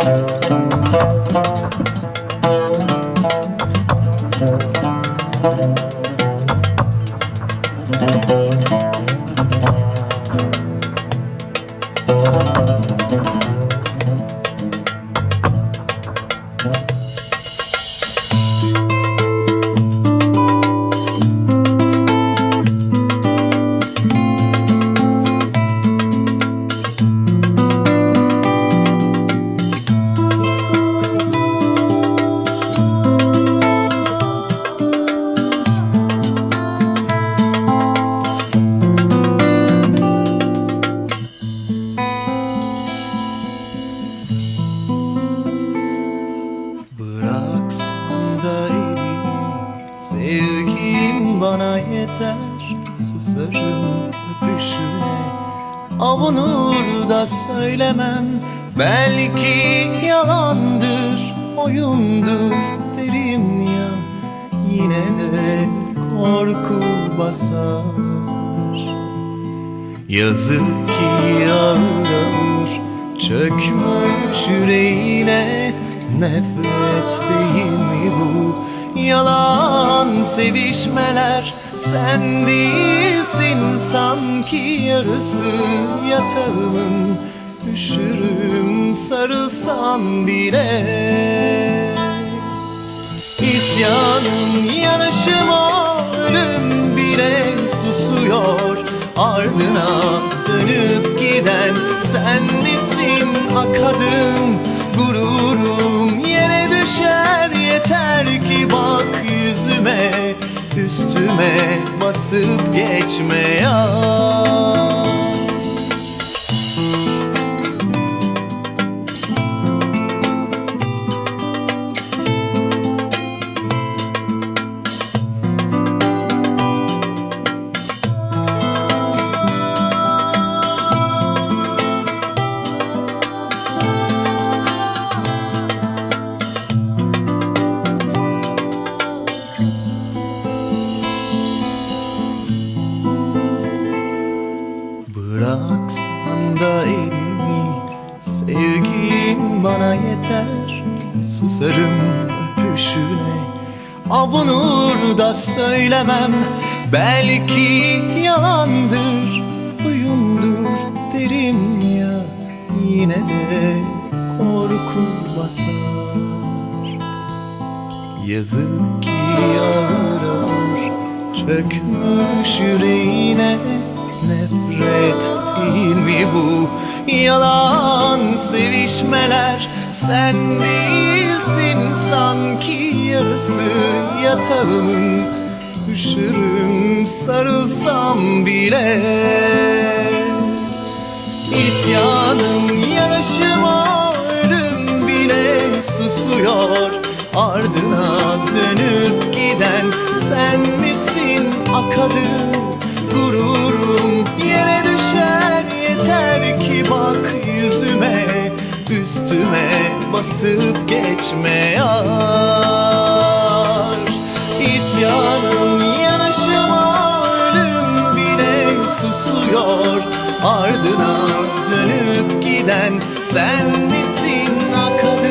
Sevgin bana yeter, susarım öpüşüne. Avunur da söylemem, belki yalandır, oyundur derim ya. Yine de korku basar. Yazık ki ağır ağır çökmüş yüreğine. Nefret değil mi bu? Yalan sevişmeler, sen değilsin sanki yarısı yatağımın. Üşürüm sarılsan bile. İsyanım, yanışım, ölüm bile susuyor. Ardına dönüp giden sen misin akadın? Gururum yere düşer, yeter ki bak yüzüme. Üstüme basıp geçme ya. Bıraksan da elimi, sevgin bana yeter. Susarım öpüşüne, avunur da söylemem. Belki yalandır, oyundur derim ya. Yine de korku basar. Yazık ki ağır ağır çökmüş yüreğine. Nefret değil mi bu? Yalan sevişmeler, sen değilsin sanki yarısı yatağımın. Üşürüm sarılsam bile. İsyanım, yanışım, ölüm bile susuyor. Ardına dönüp giden sen misin akadın? Gururum yere düşer, yeter ki bak yüzüme. Üstüme basıp geçme yar. İsyanım, yanışım, ölüm bile susuyor. Ardına dönüp giden sen misin akadın?